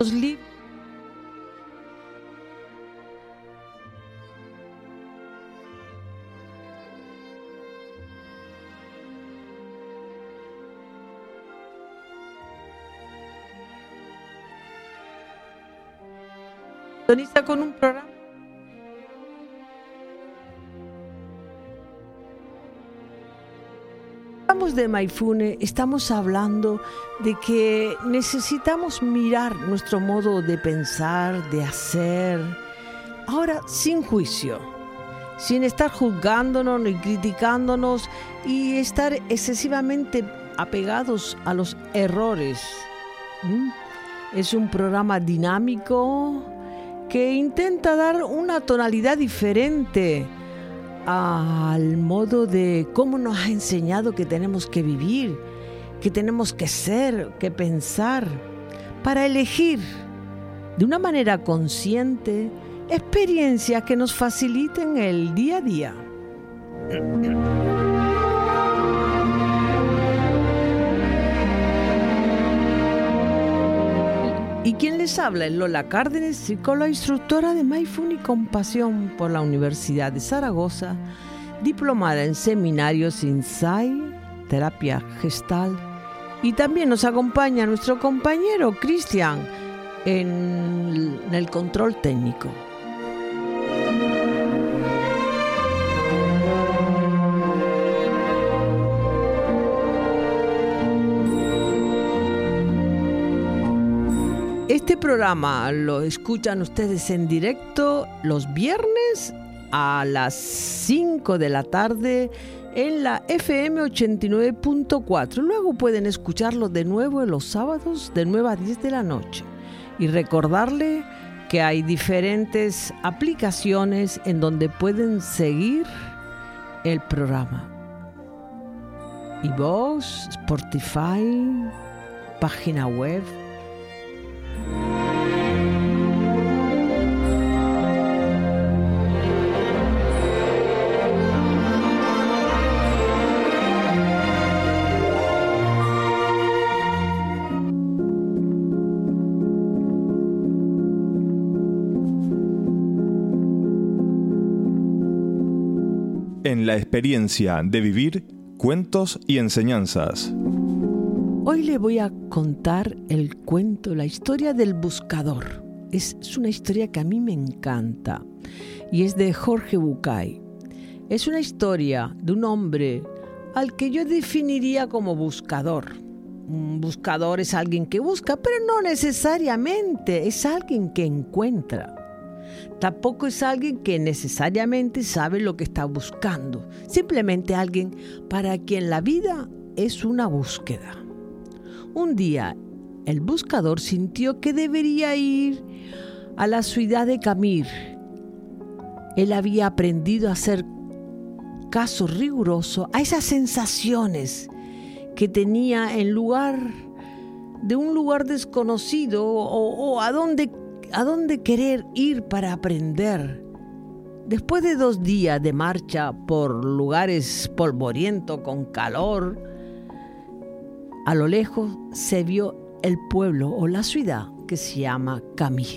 libros. Sintoniza con un programa. Hablamos de Mindfulness, estamos hablando de que necesitamos mirar nuestro modo de pensar, de hacer, ahora sin juicio, sin estar juzgándonos ni criticándonos y estar excesivamente apegados a los errores. Es un programa dinámico que intenta dar una tonalidad diferente al modo de cómo nos ha enseñado que tenemos que vivir, que tenemos que ser, que pensar, para elegir de una manera consciente experiencias que nos faciliten el día a día. ¿Y quién les habla? Es Lola Cárdenas, psicóloga instructora de Mindfulness y Compasión por la Universidad de Zaragoza, diplomada en seminarios Insight, terapia Gestalt, y también nos acompaña nuestro compañero Cristian en el control técnico. Este programa lo escuchan ustedes en directo los viernes a las 5 de la tarde en la FM 89.4. Luego pueden escucharlo de nuevo en los sábados de 9 a 10 de la noche. Y recordarle que hay diferentes aplicaciones en donde pueden seguir el programa. iVoox, Spotify, página web. En la experiencia de vivir, cuentos y enseñanzas. Hoy le voy a contar el cuento, la historia del buscador. Es una historia que a mí me encanta y es de Jorge Bucay. Es una historia de un hombre al que yo definiría como buscador. Un buscador es alguien que busca, pero no necesariamente es alguien que encuentra. Tampoco es alguien que necesariamente sabe lo que está buscando. Simplemente alguien para quien la vida es una búsqueda. Un día, el buscador sintió que debería ir a la ciudad de Camir. Él había aprendido a hacer caso riguroso a esas sensaciones que tenía en lugar de un lugar desconocido o a dónde querer ir para aprender. Después de 2 días de marcha por lugares polvorientos con calor, a lo lejos se vio el pueblo o la ciudad que se llama Camir.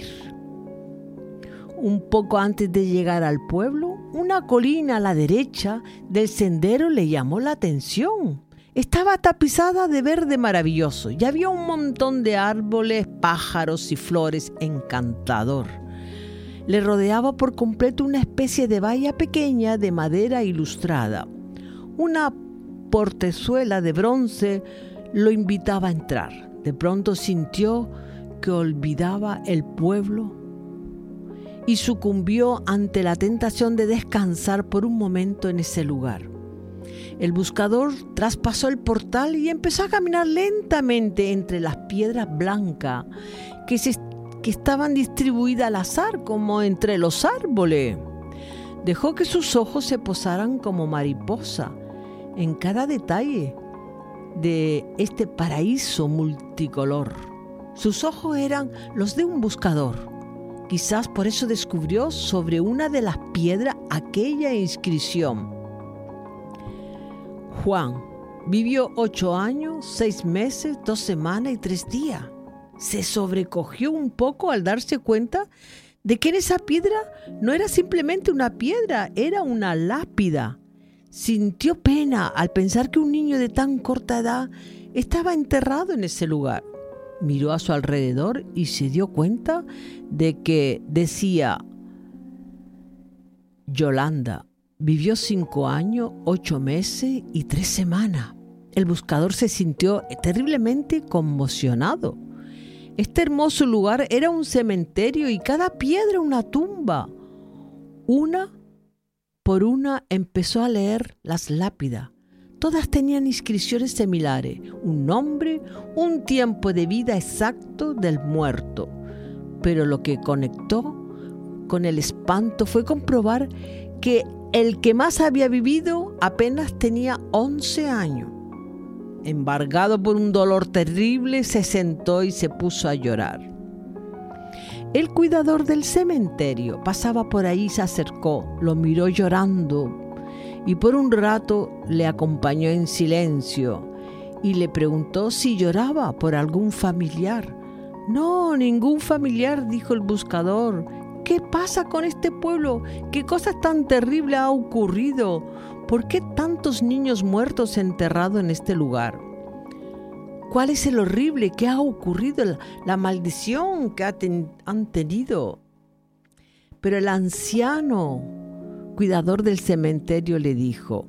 Un poco antes de llegar al pueblo, una colina a la derecha del sendero le llamó la atención. Estaba tapizada de verde maravilloso y había un montón de árboles, pájaros y flores encantador. Le rodeaba por completo una especie de valla pequeña de madera ilustrada. Una portezuela de bronce lo invitaba a entrar. De pronto sintió que olvidaba el pueblo y sucumbió ante la tentación de descansar por un momento en ese lugar. El buscador traspasó el portal y empezó a caminar lentamente entre las piedras blancas que estaban distribuidas al azar como entre los árboles. Dejó que sus ojos se posaran como mariposa en cada detalle de este paraíso multicolor. Sus ojos eran los de un buscador. Quizás por eso descubrió sobre una de las piedras aquella inscripción: Juan vivió 8 años, 6 meses, 2 semanas y 3 días. Se sobrecogió un poco al darse cuenta de que en esa piedra no era simplemente una piedra, era una lápida. Sintió pena al pensar que un niño de tan corta edad estaba enterrado en ese lugar. Miró a su alrededor y se dio cuenta de que decía: Yolanda vivió 5 años, 8 meses y 3 semanas. El buscador se sintió terriblemente conmocionado. Este hermoso lugar era un cementerio y cada piedra una tumba. Una por una empezó a leer las lápidas. Todas tenían inscripciones similares, un nombre, un tiempo de vida exacto del muerto. Pero lo que conectó con el espanto fue comprobar que el que más había vivido apenas tenía 11 años. Embargado por un dolor terrible, se sentó y se puso a llorar. El cuidador del cementerio pasaba por ahí y se acercó, lo miró llorando y por un rato le acompañó en silencio y le preguntó si lloraba por algún familiar. No, ningún familiar, dijo el buscador. ¿Qué pasa con este pueblo? ¿Qué cosa tan terrible ha ocurrido? ¿Por qué tantos niños muertos enterrados en este lugar? ¿Cuál es el horrible que ha ocurrido? La maldición que han tenido. Pero el anciano cuidador del cementerio le dijo: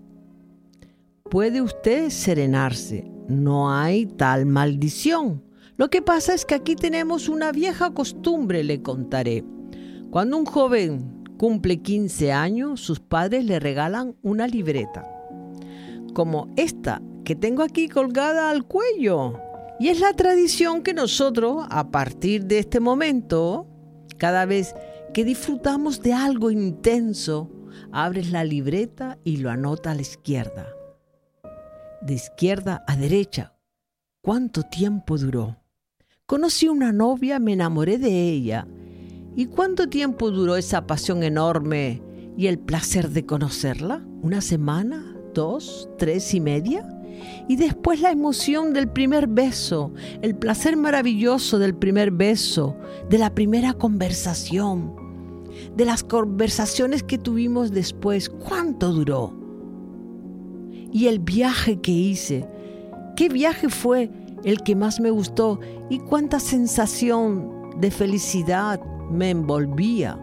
puede usted serenarse, no hay tal maldición. Lo que pasa es que aquí tenemos una vieja costumbre, le contaré. Cuando un joven cumple 15 años, sus padres le regalan una libreta, como esta que tengo aquí colgada al cuello. Y es la tradición que nosotros, a partir de este momento, cada vez que disfrutamos de algo intenso, abres la libreta y lo anota a la izquierda. De izquierda a derecha. ¿Cuánto tiempo duró? Conocí una novia, me enamoré de ella. ¿Y cuánto tiempo duró esa pasión enorme y el placer de conocerla? ¿Una semana? 2, 3 y media. Y después la emoción del primer beso, el placer maravilloso del primer beso, de la primera conversación, de las conversaciones que tuvimos después. ¿Cuánto duró? Y el viaje que hice, ¿qué viaje fue el que más me gustó? Y cuánta sensación de felicidad me envolvía.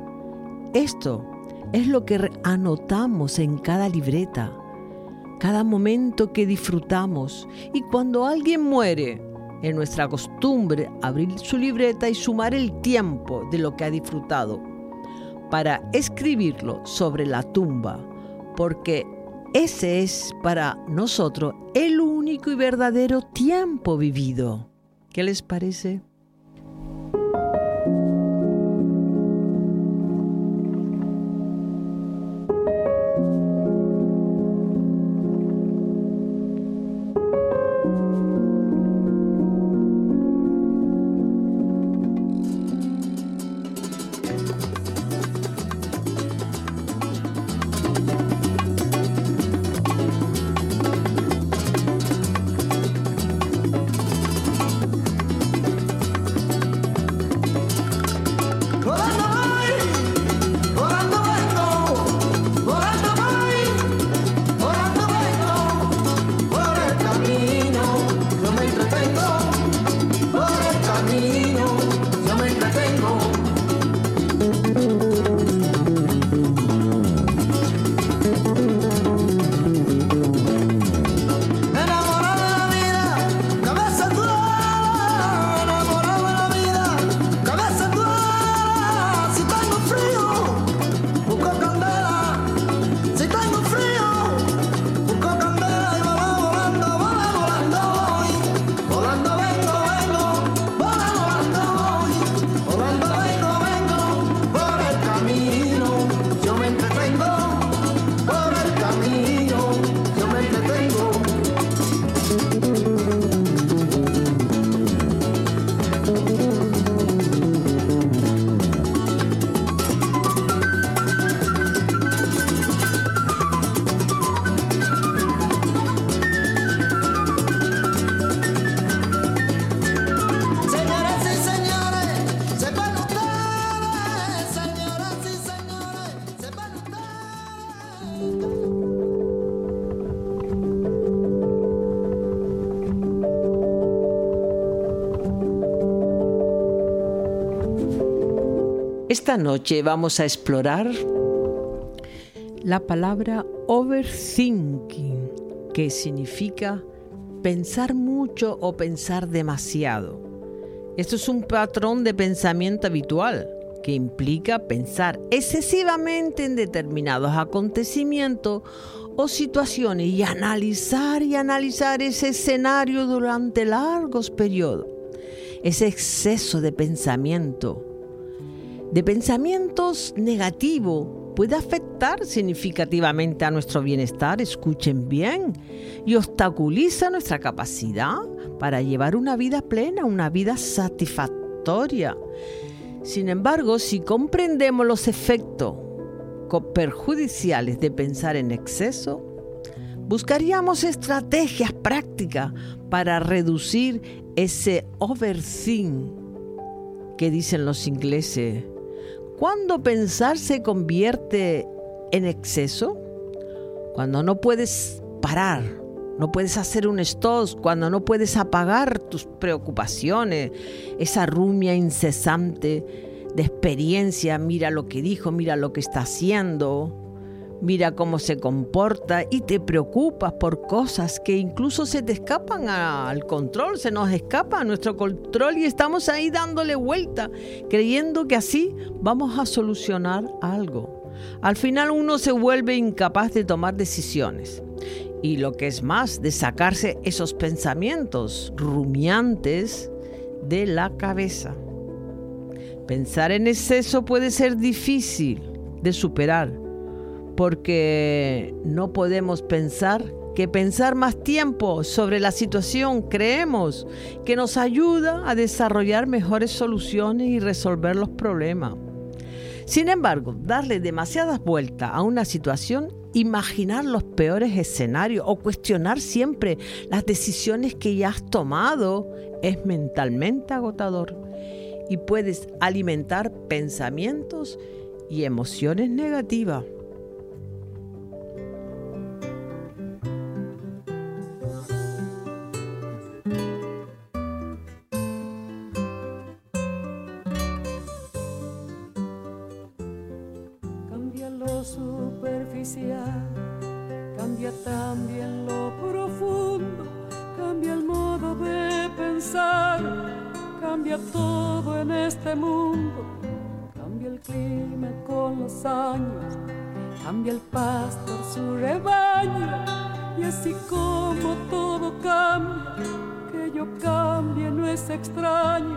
Esto es lo que anotamos en cada libreta, cada momento que disfrutamos. Y cuando alguien muere, es nuestra costumbre abrir su libreta y sumar el tiempo de lo que ha disfrutado para escribirlo sobre la tumba, porque ese es para nosotros el único y verdadero tiempo vivido. ¿Qué les parece? Esta noche vamos a explorar la palabra overthinking, que significa pensar mucho o pensar demasiado. Esto es un patrón de pensamiento habitual que implica pensar excesivamente en determinados acontecimientos o situaciones y analizar ese escenario durante largos periodos. Ese exceso de pensamientos negativos puede afectar significativamente a nuestro bienestar, escuchen bien, y obstaculiza nuestra capacidad para llevar una vida plena, una vida satisfactoria. Sin embargo, si comprendemos los efectos perjudiciales de pensar en exceso, buscaríamos estrategias prácticas para reducir ese overthink que dicen los ingleses. ¿Cuándo pensar se convierte en exceso? Cuando no puedes parar, no puedes hacer un stop, cuando no puedes apagar tus preocupaciones, esa rumia incesante de experiencia, mira lo que dijo, mira lo que está haciendo, mira cómo se comporta y te preocupas por cosas que incluso se te escapan al control, se nos escapa a nuestro control y estamos ahí dándole vuelta, creyendo que así vamos a solucionar algo. Al final uno se vuelve incapaz de tomar decisiones y lo que es más, de sacarse esos pensamientos rumiantes de la cabeza. Pensar en exceso puede ser difícil de superar, porque no podemos pensar más tiempo sobre la situación creemos que nos ayuda a desarrollar mejores soluciones y resolver los problemas. Sin embargo, darle demasiadas vueltas a una situación, imaginar los peores escenarios o cuestionar siempre las decisiones que ya has tomado es mentalmente agotador y puedes alimentar pensamientos y emociones negativas. Cambia también lo profundo, cambia el modo de pensar, cambia todo en este mundo, cambia el clima con los años, cambia el pastor su rebaño, y así como todo cambia, que yo cambie no es extraño.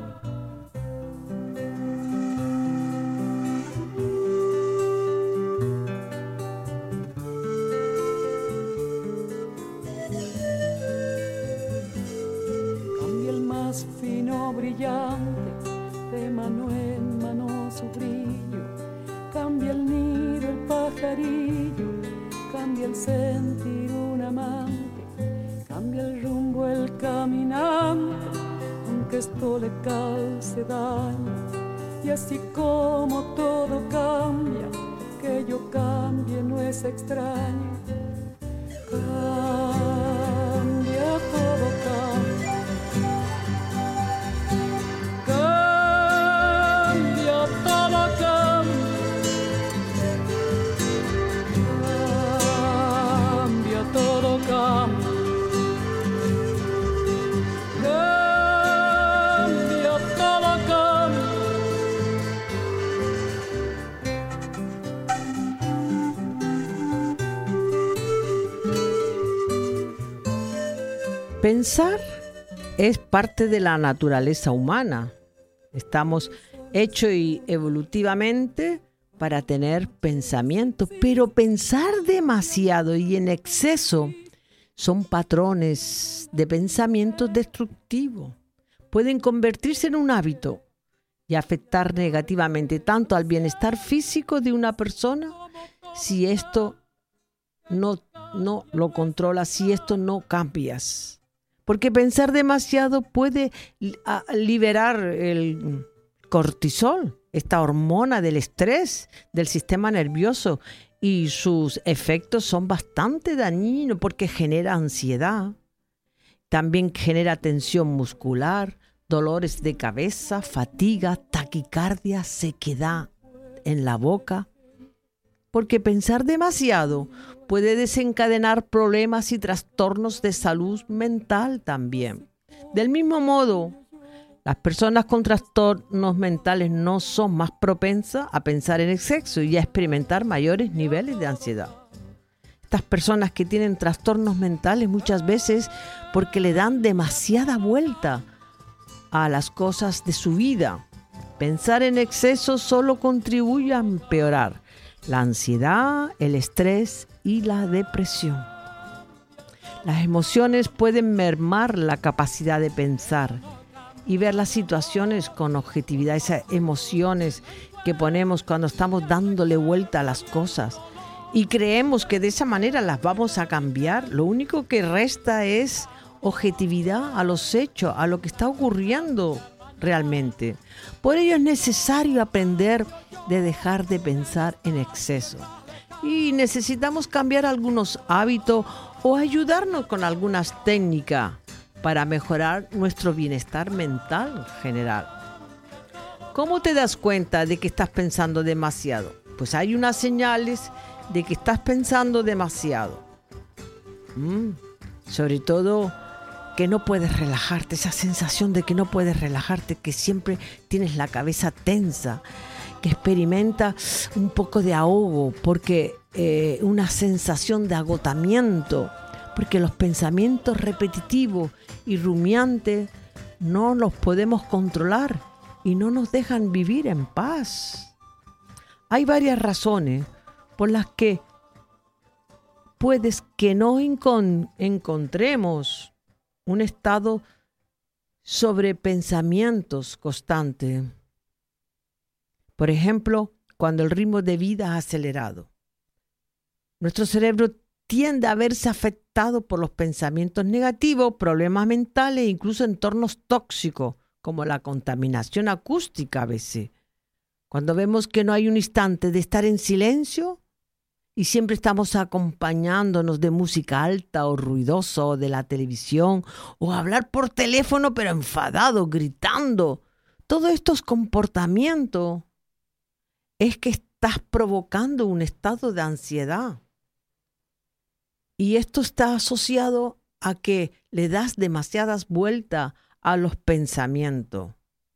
Brillante, de mano en mano su brillo, cambia el nido el pajarillo, cambia el sentir un amante, cambia el rumbo el caminante, aunque esto le cause daño, y así como todo cambia, que yo cambie no es extraño. Cambia todo cambia. Pensar es parte de la naturaleza humana. Estamos hechos evolutivamente para tener pensamientos, pero pensar demasiado y en exceso son patrones de pensamientos destructivos. Pueden convertirse en un hábito y afectar negativamente tanto al bienestar físico de una persona si esto no lo controlas, si esto no cambias. Porque pensar demasiado puede liberar el cortisol, esta hormona del estrés del sistema nervioso, y sus efectos son bastante dañinos porque genera ansiedad, también genera tensión muscular, dolores de cabeza, fatiga, taquicardia, sequedad en la boca. Porque pensar demasiado puede desencadenar problemas y trastornos de salud mental también. Del mismo modo, las personas con trastornos mentales no son más propensas a pensar en exceso y a experimentar mayores niveles de ansiedad. Estas personas que tienen trastornos mentales muchas veces porque le dan demasiada vuelta a las cosas de su vida. Pensar en exceso solo contribuye a empeorar la ansiedad, el estrés y la depresión. Las emociones pueden mermar la capacidad de pensar y ver las situaciones con objetividad, esas emociones que ponemos cuando estamos dándole vuelta a las cosas y creemos que de esa manera las vamos a cambiar. Lo único que resta es objetividad a los hechos, a lo que está ocurriendo realmente. Por ello es necesario aprender de dejar de pensar en exceso y necesitamos cambiar algunos hábitos o ayudarnos con algunas técnicas para mejorar nuestro bienestar mental general. ¿Cómo te das cuenta de que estás pensando demasiado? Pues hay unas señales de que estás pensando demasiado. Sobre todo que no puedes relajarte, esa sensación de que no puedes relajarte, que siempre tienes la cabeza tensa, que experimenta un poco de ahogo, porque una sensación de agotamiento, porque los pensamientos repetitivos y rumiantes no los podemos controlar y no nos dejan vivir en paz. Hay varias razones por las que puedes que no encontremos un estado sobre pensamientos constante. Por ejemplo, cuando el ritmo de vida es acelerado. Nuestro cerebro tiende a verse afectado por los pensamientos negativos, problemas mentales e incluso entornos tóxicos, como la contaminación acústica a veces. Cuando vemos que no hay un instante de estar en silencio y siempre estamos acompañándonos de música alta o ruidosa o de la televisión o hablar por teléfono pero enfadado, gritando. Todos estos comportamientos es que estás provocando un estado de ansiedad. Y esto está asociado a que le das demasiadas vueltas a los pensamientos.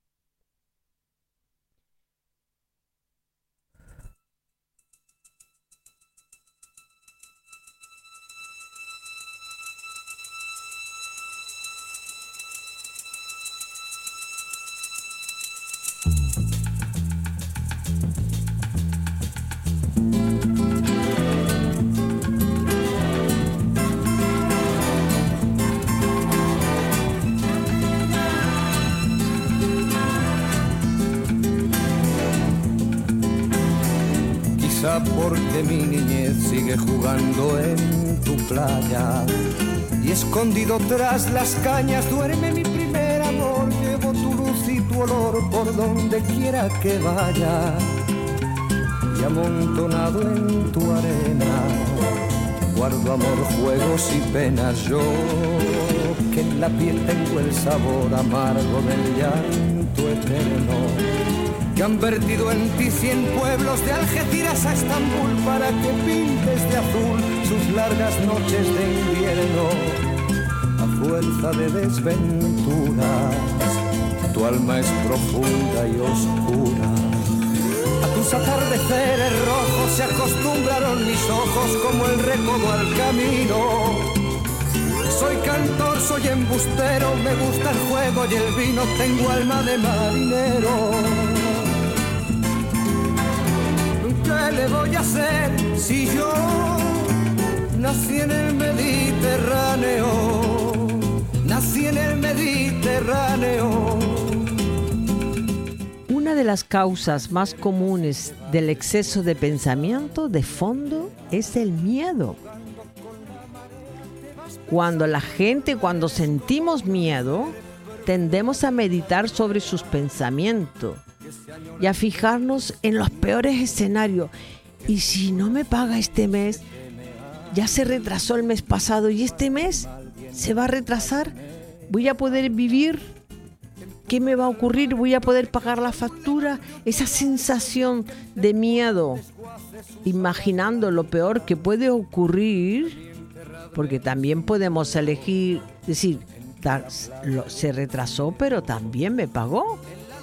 Porque mi niñez sigue jugando en tu playa y escondido tras las cañas duerme mi primer amor. Llevo tu luz y tu olor por donde quiera que vaya y amontonado en tu arena guardo amor, juegos y penas. Yo que en la piel tengo el sabor amargo del llanto eterno, que han vertido en ti 100 pueblos de Algeciras a Estambul para que pintes de azul sus largas noches de invierno. A fuerza de desventuras, tu alma es profunda y oscura. A tus atardeceres rojos se acostumbraron mis ojos como el recodo al camino. Soy cantor, soy embustero, me gusta el juego y el vino, tengo alma de marinero. ¿Qué le voy a hacer si yo nací en el Mediterráneo? Nací en el Mediterráneo. Una de las causas más comunes del exceso de pensamiento de fondo es el miedo. Cuando sentimos miedo, tendemos a meditar sobre sus pensamientos y a fijarnos en los peores escenarios. Y si no me paga este mes, ya se retrasó el mes pasado y este mes se va a retrasar, voy a poder vivir. ¿qué me va a ocurrir? ¿Voy a poder pagar la factura? Esa sensación de miedo, imaginando lo peor que puede ocurrir, porque también podemos elegir, decir, se retrasó, pero también me pagó.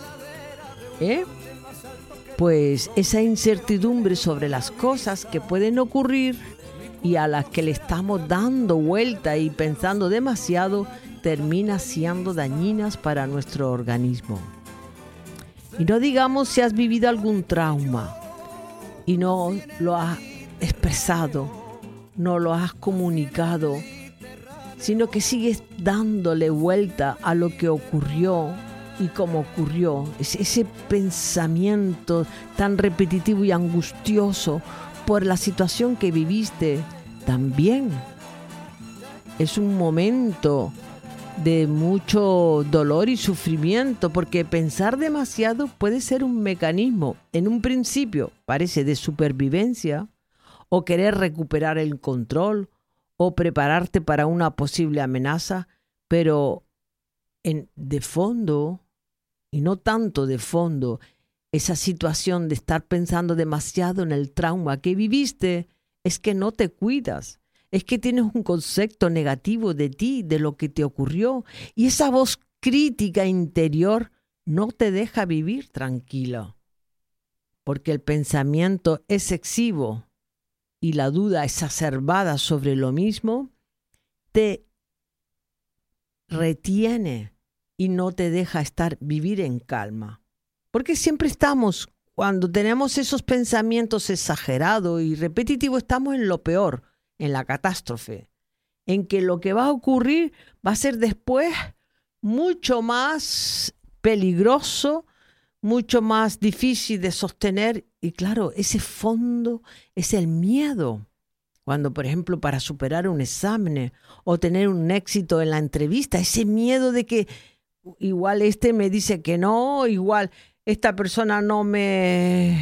Pues esa incertidumbre sobre las cosas que pueden ocurrir y a las que le estamos dando vuelta y pensando demasiado, termina siendo dañinas para nuestro organismo. Y no digamos si has vivido algún trauma y no lo has expresado, no lo has comunicado, sino que sigues dándole vuelta a lo que ocurrió y cómo ocurrió. Ese pensamiento tan repetitivo y angustioso por la situación que viviste, también es un momento de mucho dolor y sufrimiento, porque pensar demasiado puede ser un mecanismo, en un principio parece de supervivencia, o querer recuperar el control, o prepararte para una posible amenaza, pero de fondo, y no tanto de fondo, esa situación de estar pensando demasiado en el trauma que viviste, es que no te cuidas, es que tienes un concepto negativo de ti, de lo que te ocurrió, y esa voz crítica interior no te deja vivir tranquilo, porque el pensamiento excesivo y la duda exacerbada sobre lo mismo te retiene y no te deja vivir en calma. Porque siempre estamos, cuando tenemos esos pensamientos exagerados y repetitivos, estamos en lo peor, en la catástrofe, en que lo que va a ocurrir va a ser después mucho más peligroso, mucho más difícil de sostener. Y claro, ese fondo es el miedo. Cuando, por ejemplo, para superar un examen o tener un éxito en la entrevista, ese miedo de que igual me dice que no, igual esta persona no me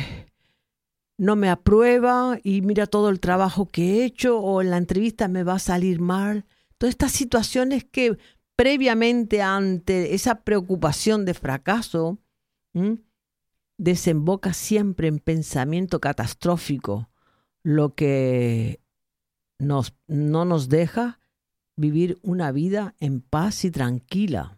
aprueba y mira todo el trabajo que he hecho, o en la entrevista me va a salir mal. Todas estas situaciones que previamente, ante esa preocupación de fracaso, desemboca siempre en pensamiento catastrófico, lo que no nos deja vivir una vida en paz y tranquila.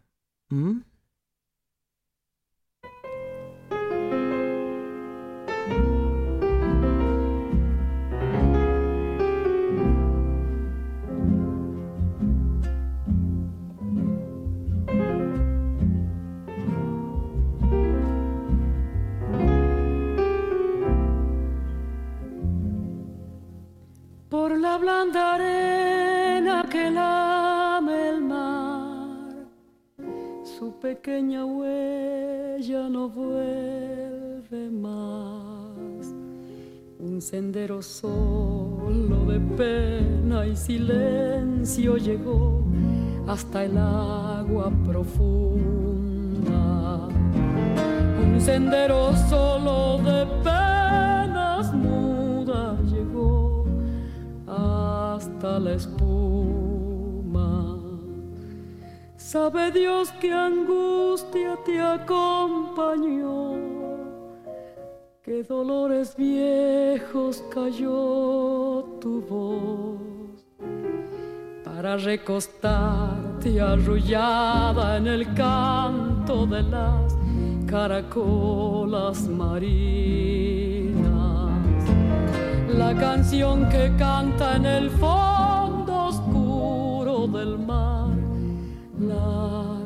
Por la blanda arena que lame el mar, su pequeña huella no vuelve más. Un sendero solo de pena y silencio llegó hasta el agua profunda. Un sendero solo de penas mudas llegó hasta la espuma. Sabe Dios qué angustia te acompañó, qué dolores viejos cayó tu voz, para recostarte arrullada en el canto de las caracolas marinas. La canción que canta en el fondo oscuro del mar, la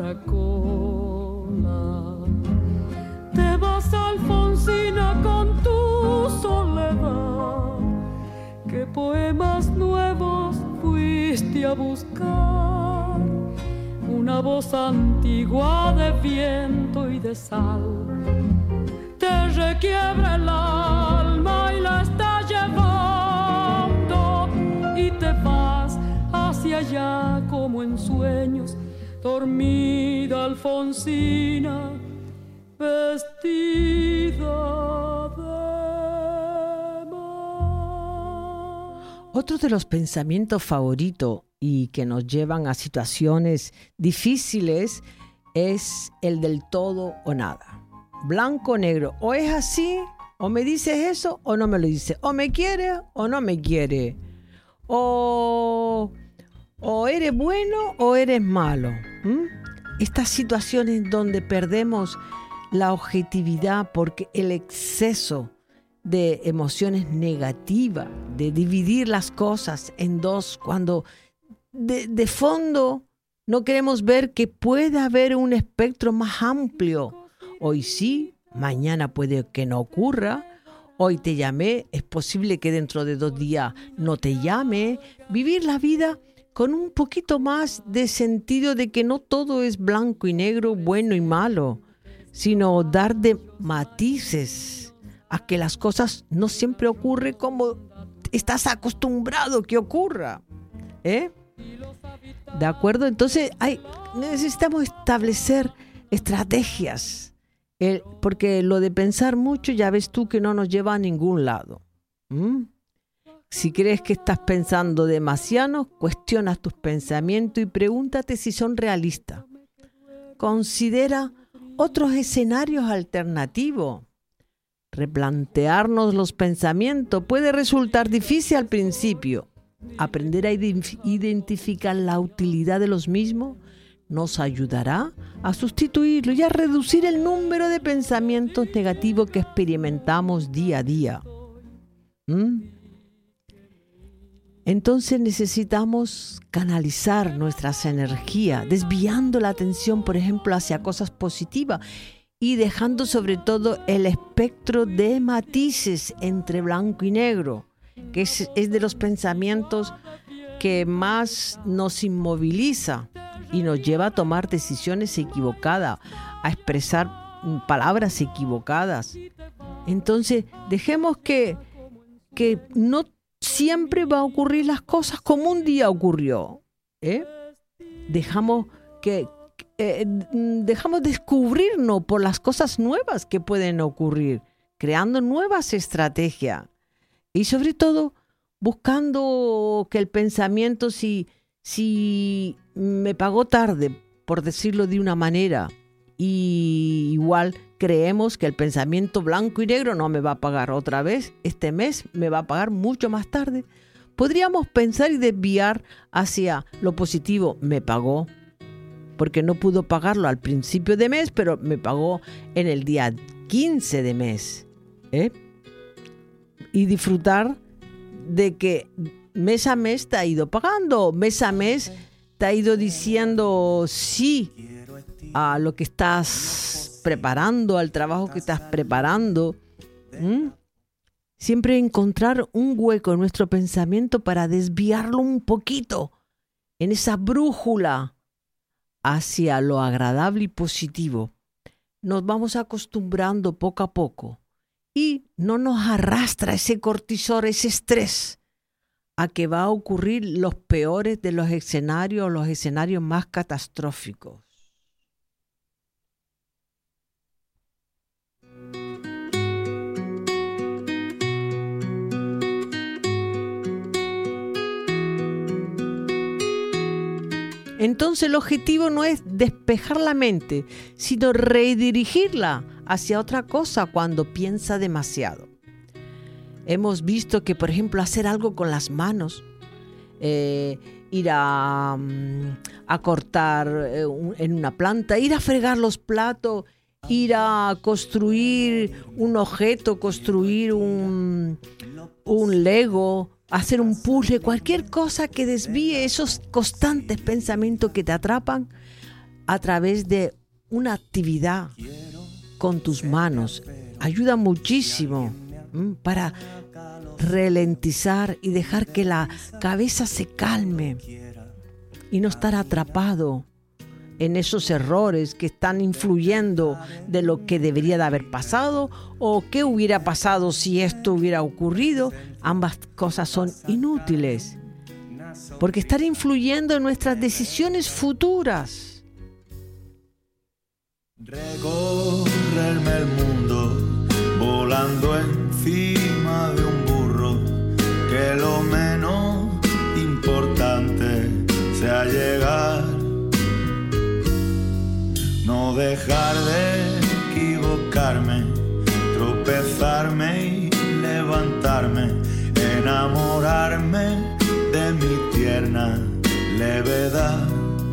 caracola. Te vas, Alfonsina, con tu soledad. ¿Qué poemas nuevos fuiste a buscar? Una voz antigua de viento y de sal te requiebra el alma y la está llevando, y te vas hacia allá como en sueños, dormida Alfonsina, vestida de mar. Otro de los pensamientos favoritos y que nos llevan a situaciones difíciles es el del todo o nada. Blanco o negro. O es así, o me dices eso, o no me lo dices. O me quiere, o no me quiere. O eres bueno, o eres malo. Estas situaciones donde perdemos la objetividad porque el exceso de emociones negativas, de dividir las cosas en dos, cuando de fondo no queremos ver que puede haber un espectro más amplio. Hoy sí, mañana puede que no ocurra. Hoy te llamé, es posible que dentro de 2 días no te llame. Vivir la vida con un poquito más de sentido de que no todo es blanco y negro, bueno y malo, sino dar de matices a que las cosas no siempre ocurren como estás acostumbrado que ocurra. ¿De acuerdo? Entonces necesitamos establecer estrategias, porque lo de pensar mucho ya ves tú que no nos lleva a ningún lado. Si crees que estás pensando demasiado, cuestiona tus pensamientos y pregúntate si son realistas. Considera otros escenarios alternativos. Replantearnos los pensamientos puede resultar difícil al principio. Aprender a identificar la utilidad de los mismos nos ayudará a sustituirlo y a reducir el número de pensamientos negativos que experimentamos día a día. Entonces necesitamos canalizar nuestras energías, desviando la atención, por ejemplo, hacia cosas positivas y dejando sobre todo el espectro de matices entre blanco y negro, que es de los pensamientos que más nos inmoviliza y nos lleva a tomar decisiones equivocadas, a expresar palabras equivocadas. Entonces, dejemos que no siempre va a ocurrir las cosas como un día ocurrió. Dejamos descubrirnos por las cosas nuevas que pueden ocurrir, creando nuevas estrategias y sobre todo buscando que el pensamiento, si me pagó tarde, por decirlo de una manera, y igual creemos que el pensamiento blanco y negro no me va a pagar otra vez, este mes me va a pagar mucho más tarde, podríamos pensar y desviar hacia lo positivo. Me pagó porque no pudo pagarlo al principio de mes, pero me pagó en el día 15 de mes. Y disfrutar de que mes a mes te ha ido pagando, mes a mes te ha ido diciendo sí a lo que estás preparando, al trabajo que estás preparando. Siempre encontrar un hueco en nuestro pensamiento para desviarlo un poquito en esa brújula hacia lo agradable y positivo. Nos vamos acostumbrando poco a poco y no nos arrastra ese cortisol, ese estrés, a que va a ocurrir los peores de los escenarios más catastróficos. Entonces el objetivo no es despejar la mente, sino redirigirla hacia otra cosa cuando piensa demasiado. Hemos visto que, por ejemplo, hacer algo con las manos, ir a cortar en una planta, ir a fregar los platos, ir a construir un objeto, construir un Lego, hacer un puzzle, cualquier cosa que desvíe esos constantes pensamientos que te atrapan a través de una actividad con tus manos. Ayuda muchísimo para ralentizar y dejar que la cabeza se calme y no estar atrapado en esos errores que están influyendo de lo que debería de haber pasado o qué hubiera pasado si esto hubiera ocurrido. Ambas cosas son inútiles porque están influyendo en nuestras decisiones futuras. Recorrerme el mundo volando encima de un burro, que lo menos importante sea llegar. No dejar de equivocarme, tropezarme y levantarme, enamorarme de mi tierna levedad,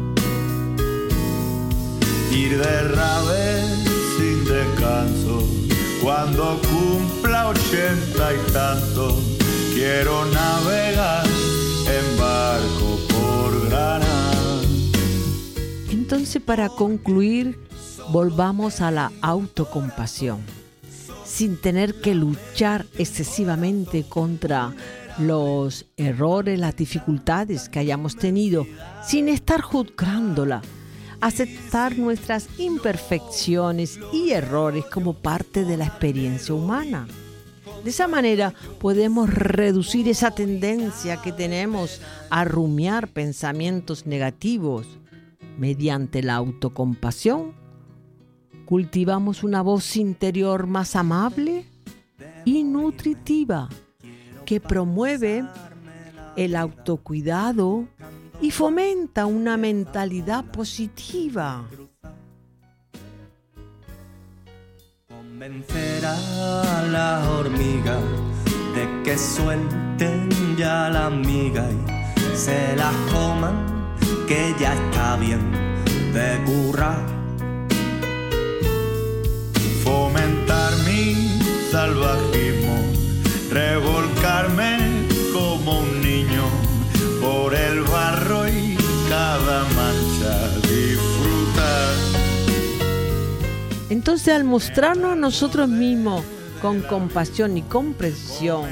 ir de rave sin descanso. Cuando cumpla 80 y tantos, quiero navegar en barco por Granada. Entonces, para concluir, volvamos a la autocompasión, sin tener que luchar excesivamente contra los errores, las dificultades que hayamos tenido, sin estar juzgándola. Aceptar nuestras imperfecciones y errores como parte de la experiencia humana. De esa manera podemos reducir esa tendencia que tenemos a rumiar pensamientos negativos. Mediante la autocompasión, cultivamos una voz interior más amable y nutritiva que promueve el autocuidado y fomenta una mentalidad positiva. Convencer a las hormigas de que suelten ya la miga y se las coman, que ya está bien de currar. Fomentar mi salvajismo, revolcarme como un niño por el barro y cada mancha disfrutar. Entonces, al mostrarnos a nosotros mismos con compasión y comprensión,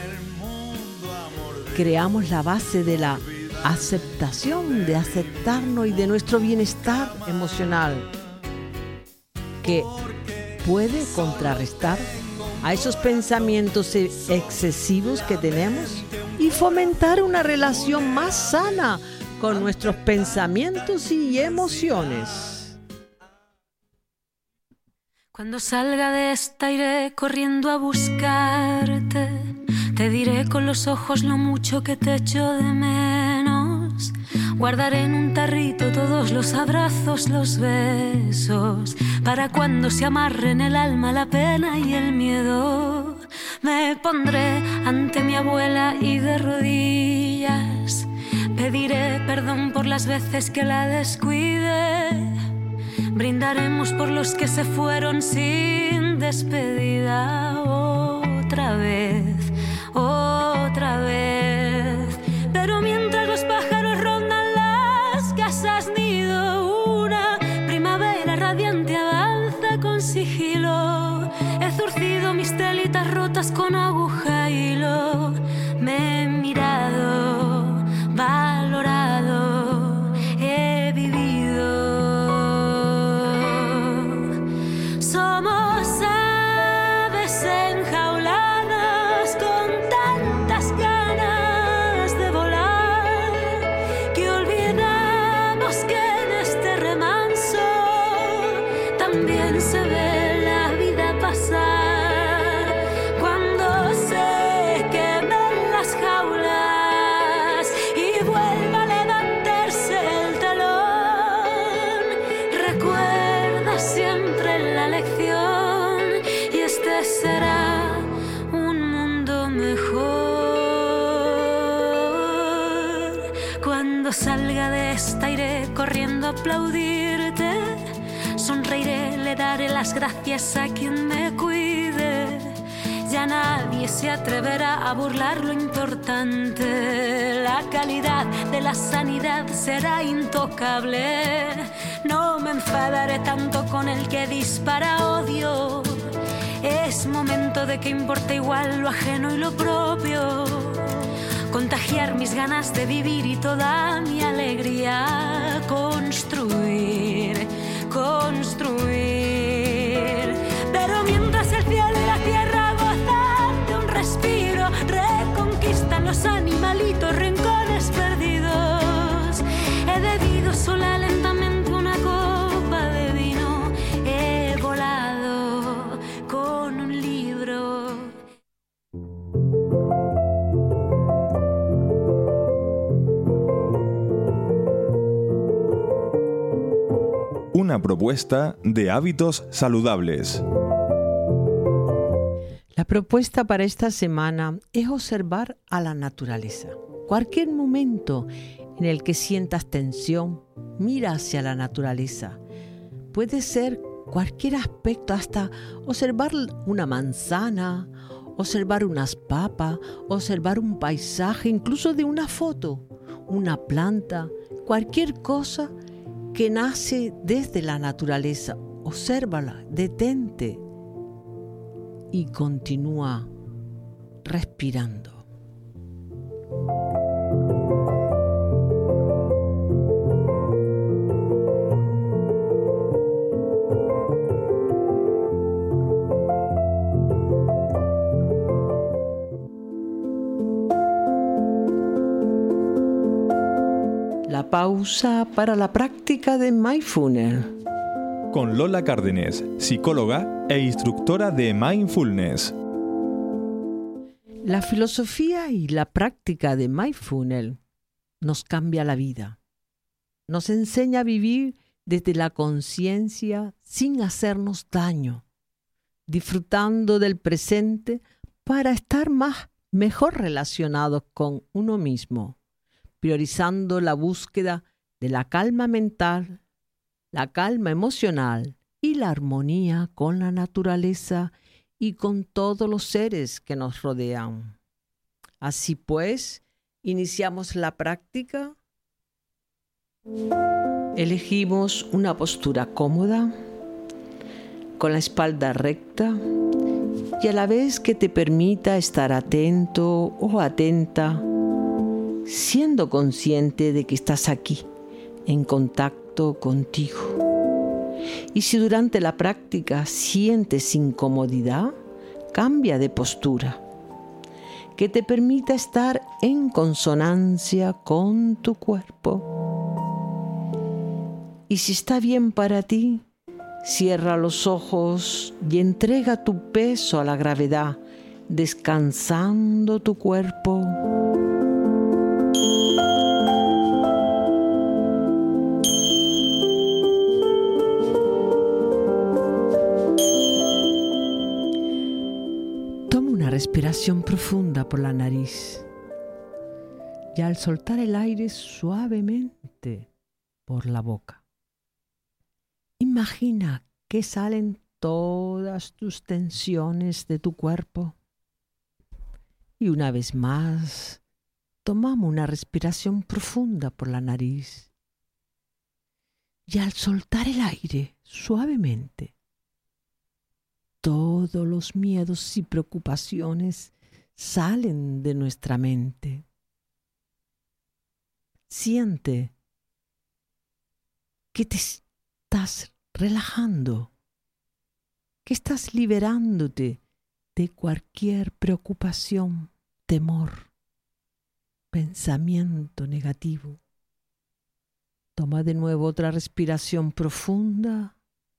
creamos la base de la aceptación, de aceptarnos y de nuestro bienestar emocional, que puede contrarrestar a esos pensamientos excesivos que tenemos y fomentar una relación más sana con nuestros pensamientos y emociones. Cuando salga de esta iré corriendo a buscarte, te diré con los ojos lo mucho que te echo de menos. Guardaré en un tarrito todos los abrazos, los besos, para cuando se amarren el alma, la pena y el miedo. Me pondré ante mi abuela y de rodillas pediré perdón por las veces que la descuide. Brindaremos por los que se fueron sin despedida. Otra vez, otra vez. Pero mientras los pájaros rondan las casas nido, una primavera radiante avanza con sigilo. He zurcido mis telitas rotas con aguja y hilo. Me he mirado, valorado, he vivido. Somos aves enjauladas con tantas ganas de volar que olvidamos que en este remanso también se ve la vida pasar. Cuando se quemen las jaulas y vuelva a levantarse el telón, recuerda siempre la lección y este será un mundo mejor. Cuando salga de esta iré corriendo a aplaudirte, sonreiré, le daré las gracias a quien me cuide. Ya nadie se atreverá a burlar lo importante. La calidad de la sanidad será intocable. No me enfadaré tanto con el que dispara odio. Es momento de que importe igual lo ajeno y lo propio. Contagiar mis ganas de vivir y toda mi alegría. Construir, construir. Pero mientras el cielo y la tierra gozan de un respiro, reconquistan los animalitos rincones perdidos. He bebido sola lentamente una copa de vino. He volado con un libro. una propuesta de hábitos saludables. La propuesta para esta semana es observar a la naturaleza. Cualquier momento en el que sientas tensión, mira hacia la naturaleza. Puede ser cualquier aspecto, hasta observar una manzana, observar unas papas, observar un paisaje, incluso de una foto, una planta, cualquier cosa que nace desde la naturaleza. Obsérvala, detente y continúa respirando. La pausa para la práctica de mindfulness. Con Lola Cárdenes, psicóloga e instructora de mindfulness. La filosofía y la práctica de mindfulness nos cambia la vida. Nos enseña a vivir desde la conciencia sin hacernos daño, disfrutando del presente para estar mejor relacionados con uno mismo, priorizando la búsqueda de la calma mental, la calma emocional y la armonía con la naturaleza y con todos los seres que nos rodean. Así pues, iniciamos la práctica. Elegimos una postura cómoda, con la espalda recta y a la vez que te permita estar atento o atenta, siendo consciente de que estás aquí, en contacto contigo. Y si durante la práctica sientes incomodidad, cambia de postura, que te permita estar en consonancia con tu cuerpo. Y si está bien para ti, cierra los ojos y entrega tu peso a la gravedad, descansando tu cuerpo. Respiración profunda por la nariz y al soltar el aire suavemente por la boca. Imagina que salen todas tus tensiones de tu cuerpo. Y una vez más, tomamos una respiración profunda por la nariz y al soltar el aire suavemente, todos los miedos y preocupaciones salen de nuestra mente. Siente que te estás relajando, que estás liberándote de cualquier preocupación, temor, pensamiento negativo. Toma de nuevo otra respiración profunda.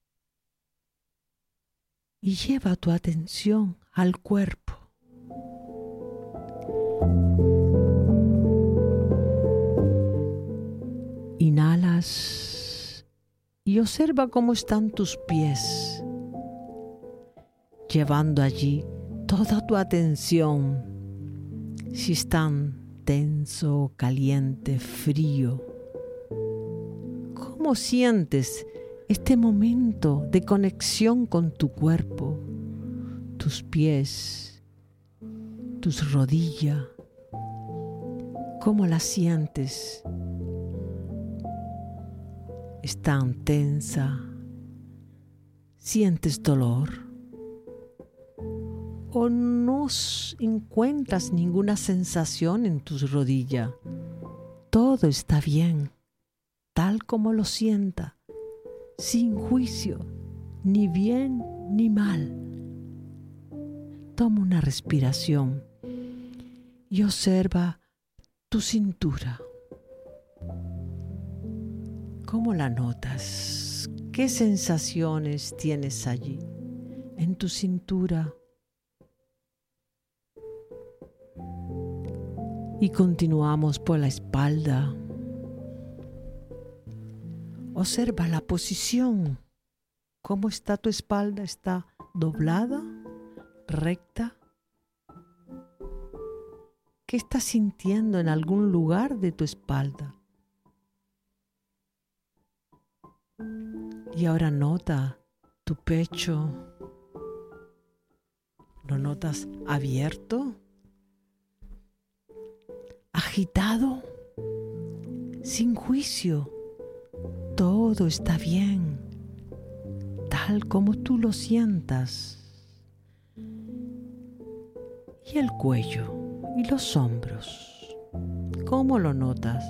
Y lleva tu atención al cuerpo. Inhalas y observa cómo están tus pies, llevando allí toda tu atención, si están tenso, caliente, frío. ¿Cómo sientes este momento de conexión con tu cuerpo, tus pies, tus rodillas? ¿Cómo las sientes? ¿Están tensa? ¿Sientes dolor? ¿O no encuentras ninguna sensación en tus rodillas? Todo está bien, tal como lo sienta, sin juicio, ni bien ni mal. Toma una respiración y observa tu cintura. ¿Cómo la notas? ¿Qué sensaciones tienes allí, en tu cintura? Y continuamos por la espalda. Observa la posición. ¿Cómo está tu espalda? ¿Está doblada? ¿Recta? ¿Qué estás sintiendo en algún lugar de tu espalda? Y ahora nota tu pecho. ¿Lo notas abierto? ¿Agitado? Sin juicio. Todo está bien, tal como tú lo sientas. Y el cuello y los hombros, ¿cómo lo notas?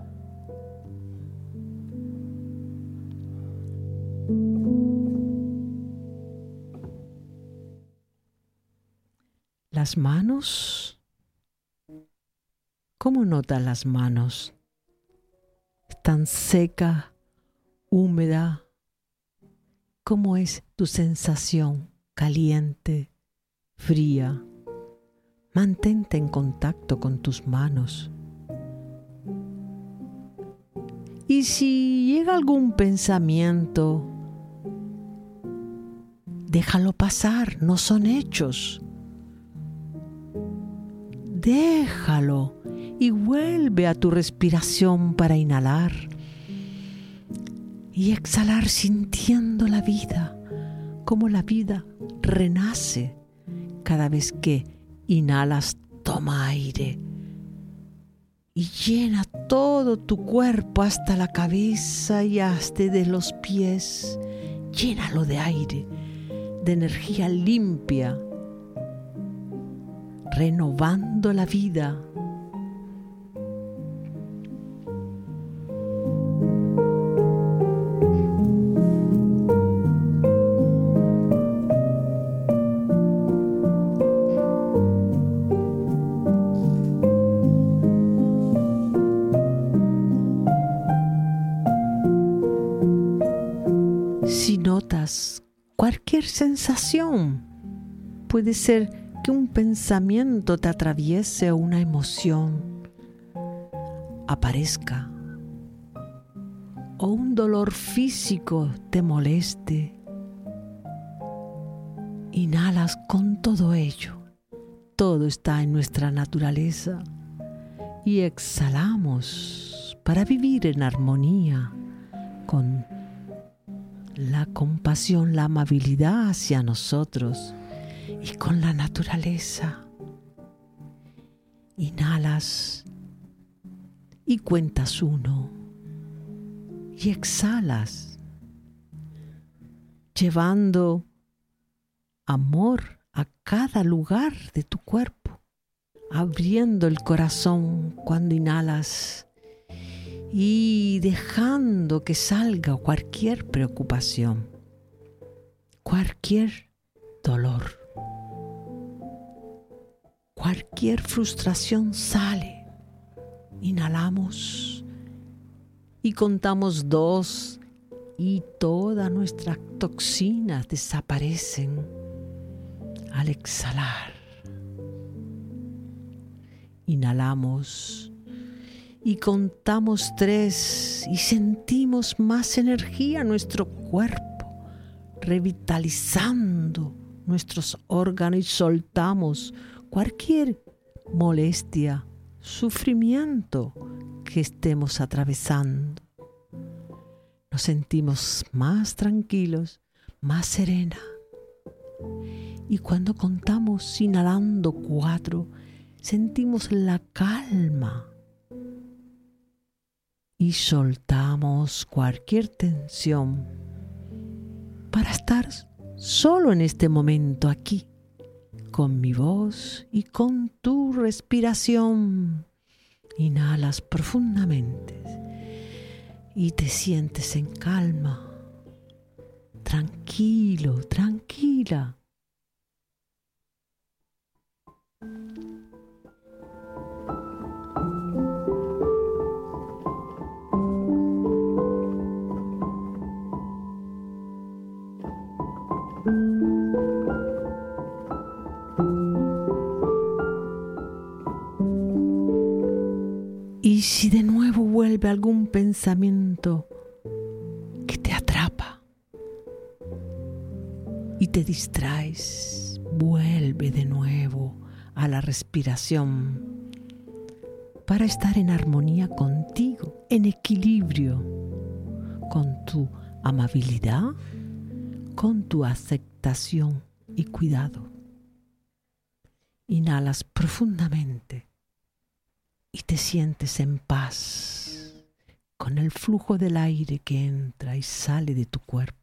Las manos, ¿cómo notas las manos? ¿Están secas, húmeda? ¿Cómo es tu sensación? ¿Caliente, fría? Mantente en contacto con tus manos. Y si llega algún pensamiento, déjalo pasar, no son hechos. Déjalo y vuelve a tu respiración para inhalar y exhalar sintiendo la vida, como la vida renace cada vez que inhalas. Toma aire y llena todo tu cuerpo hasta la cabeza y hasta de los pies. Llénalo de aire, de energía limpia, renovando la vida. Si notas cualquier sensación, puede ser que un pensamiento te atraviese o una emoción aparezca, o un dolor físico te moleste, inhalas con todo ello. Todo está en nuestra naturaleza y exhalamos para vivir en armonía con la compasión, la amabilidad hacia nosotros y con la naturaleza. Inhalas y cuentas 1 y exhalas, llevando amor a cada lugar de tu cuerpo, abriendo el corazón cuando inhalas y dejando que salga cualquier preocupación, cualquier dolor, cualquier frustración sale. Inhalamos y contamos 2 y todas nuestras toxinas desaparecen al exhalar. Inhalamos y contamos 3 y sentimos más energía en nuestro cuerpo, revitalizando nuestros órganos y soltamos cualquier molestia, sufrimiento que estemos atravesando. Nos sentimos más tranquilos, más serena. Y cuando contamos inhalando 4, sentimos la calma y soltamos cualquier tensión para estar solo en este momento aquí, con mi voz y con tu respiración. Inhalas profundamente y te sientes en calma, tranquilo, tranquila. Y si de nuevo vuelve algún pensamiento, te distraes, vuelve de nuevo a la respiración para estar en armonía contigo, en equilibrio, con tu amabilidad, con tu aceptación y cuidado. Inhalas profundamente y te sientes en paz con el flujo del aire que entra y sale de tu cuerpo.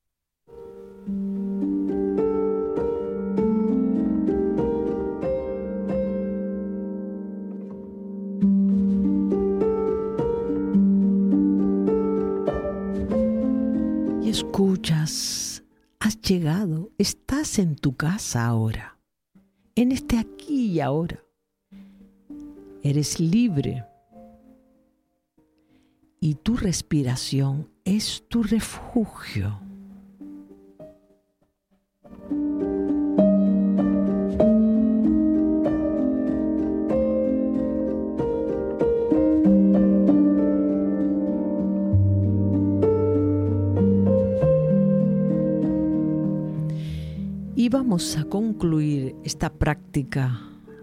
Y escuchas, has llegado, estás en tu casa ahora, en este aquí y ahora. Eres libre y tu respiración es tu refugio. Y vamos a concluir esta práctica.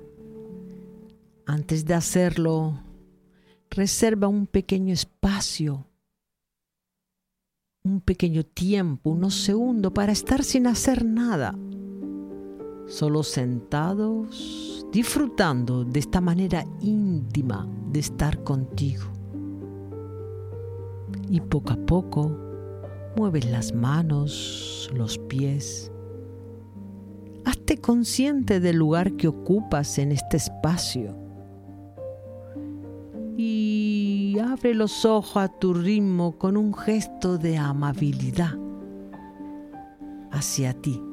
Antes de hacerlo, reserva un pequeño espacio, un pequeño tiempo, unos segundos para estar sin hacer nada, solo sentados, disfrutando de esta manera íntima de estar contigo. Y poco a poco mueves las manos, los pies. Hazte consciente del lugar que ocupas en este espacio. Y abre los ojos a tu ritmo con un gesto de amabilidad hacia ti.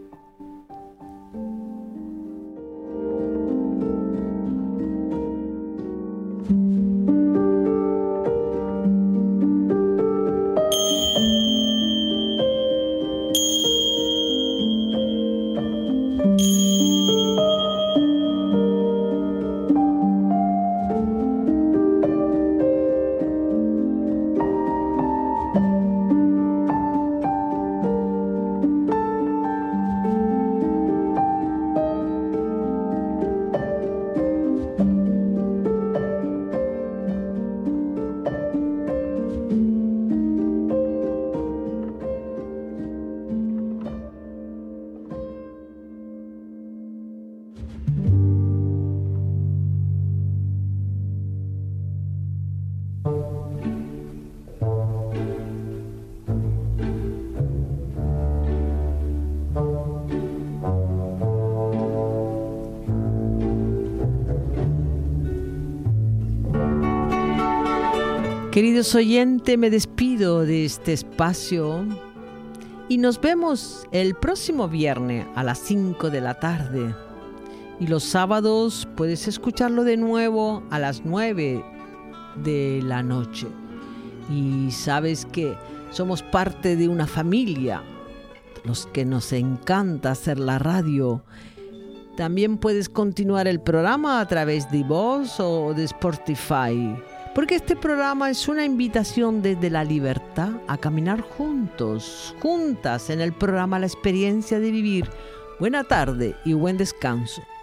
Queridos oyentes, me despido de este espacio y nos vemos el próximo viernes a las 5 de la tarde. Y los sábados puedes escucharlo de nuevo a las 9 de la noche. Y sabes que somos parte de una familia, los que nos encanta hacer la radio. También puedes continuar el programa a través de iVoox o de Spotify. Porque este programa es una invitación desde la libertad a caminar juntos, juntas en el programa La Experiencia de Vivir. Buena tarde y buen descanso.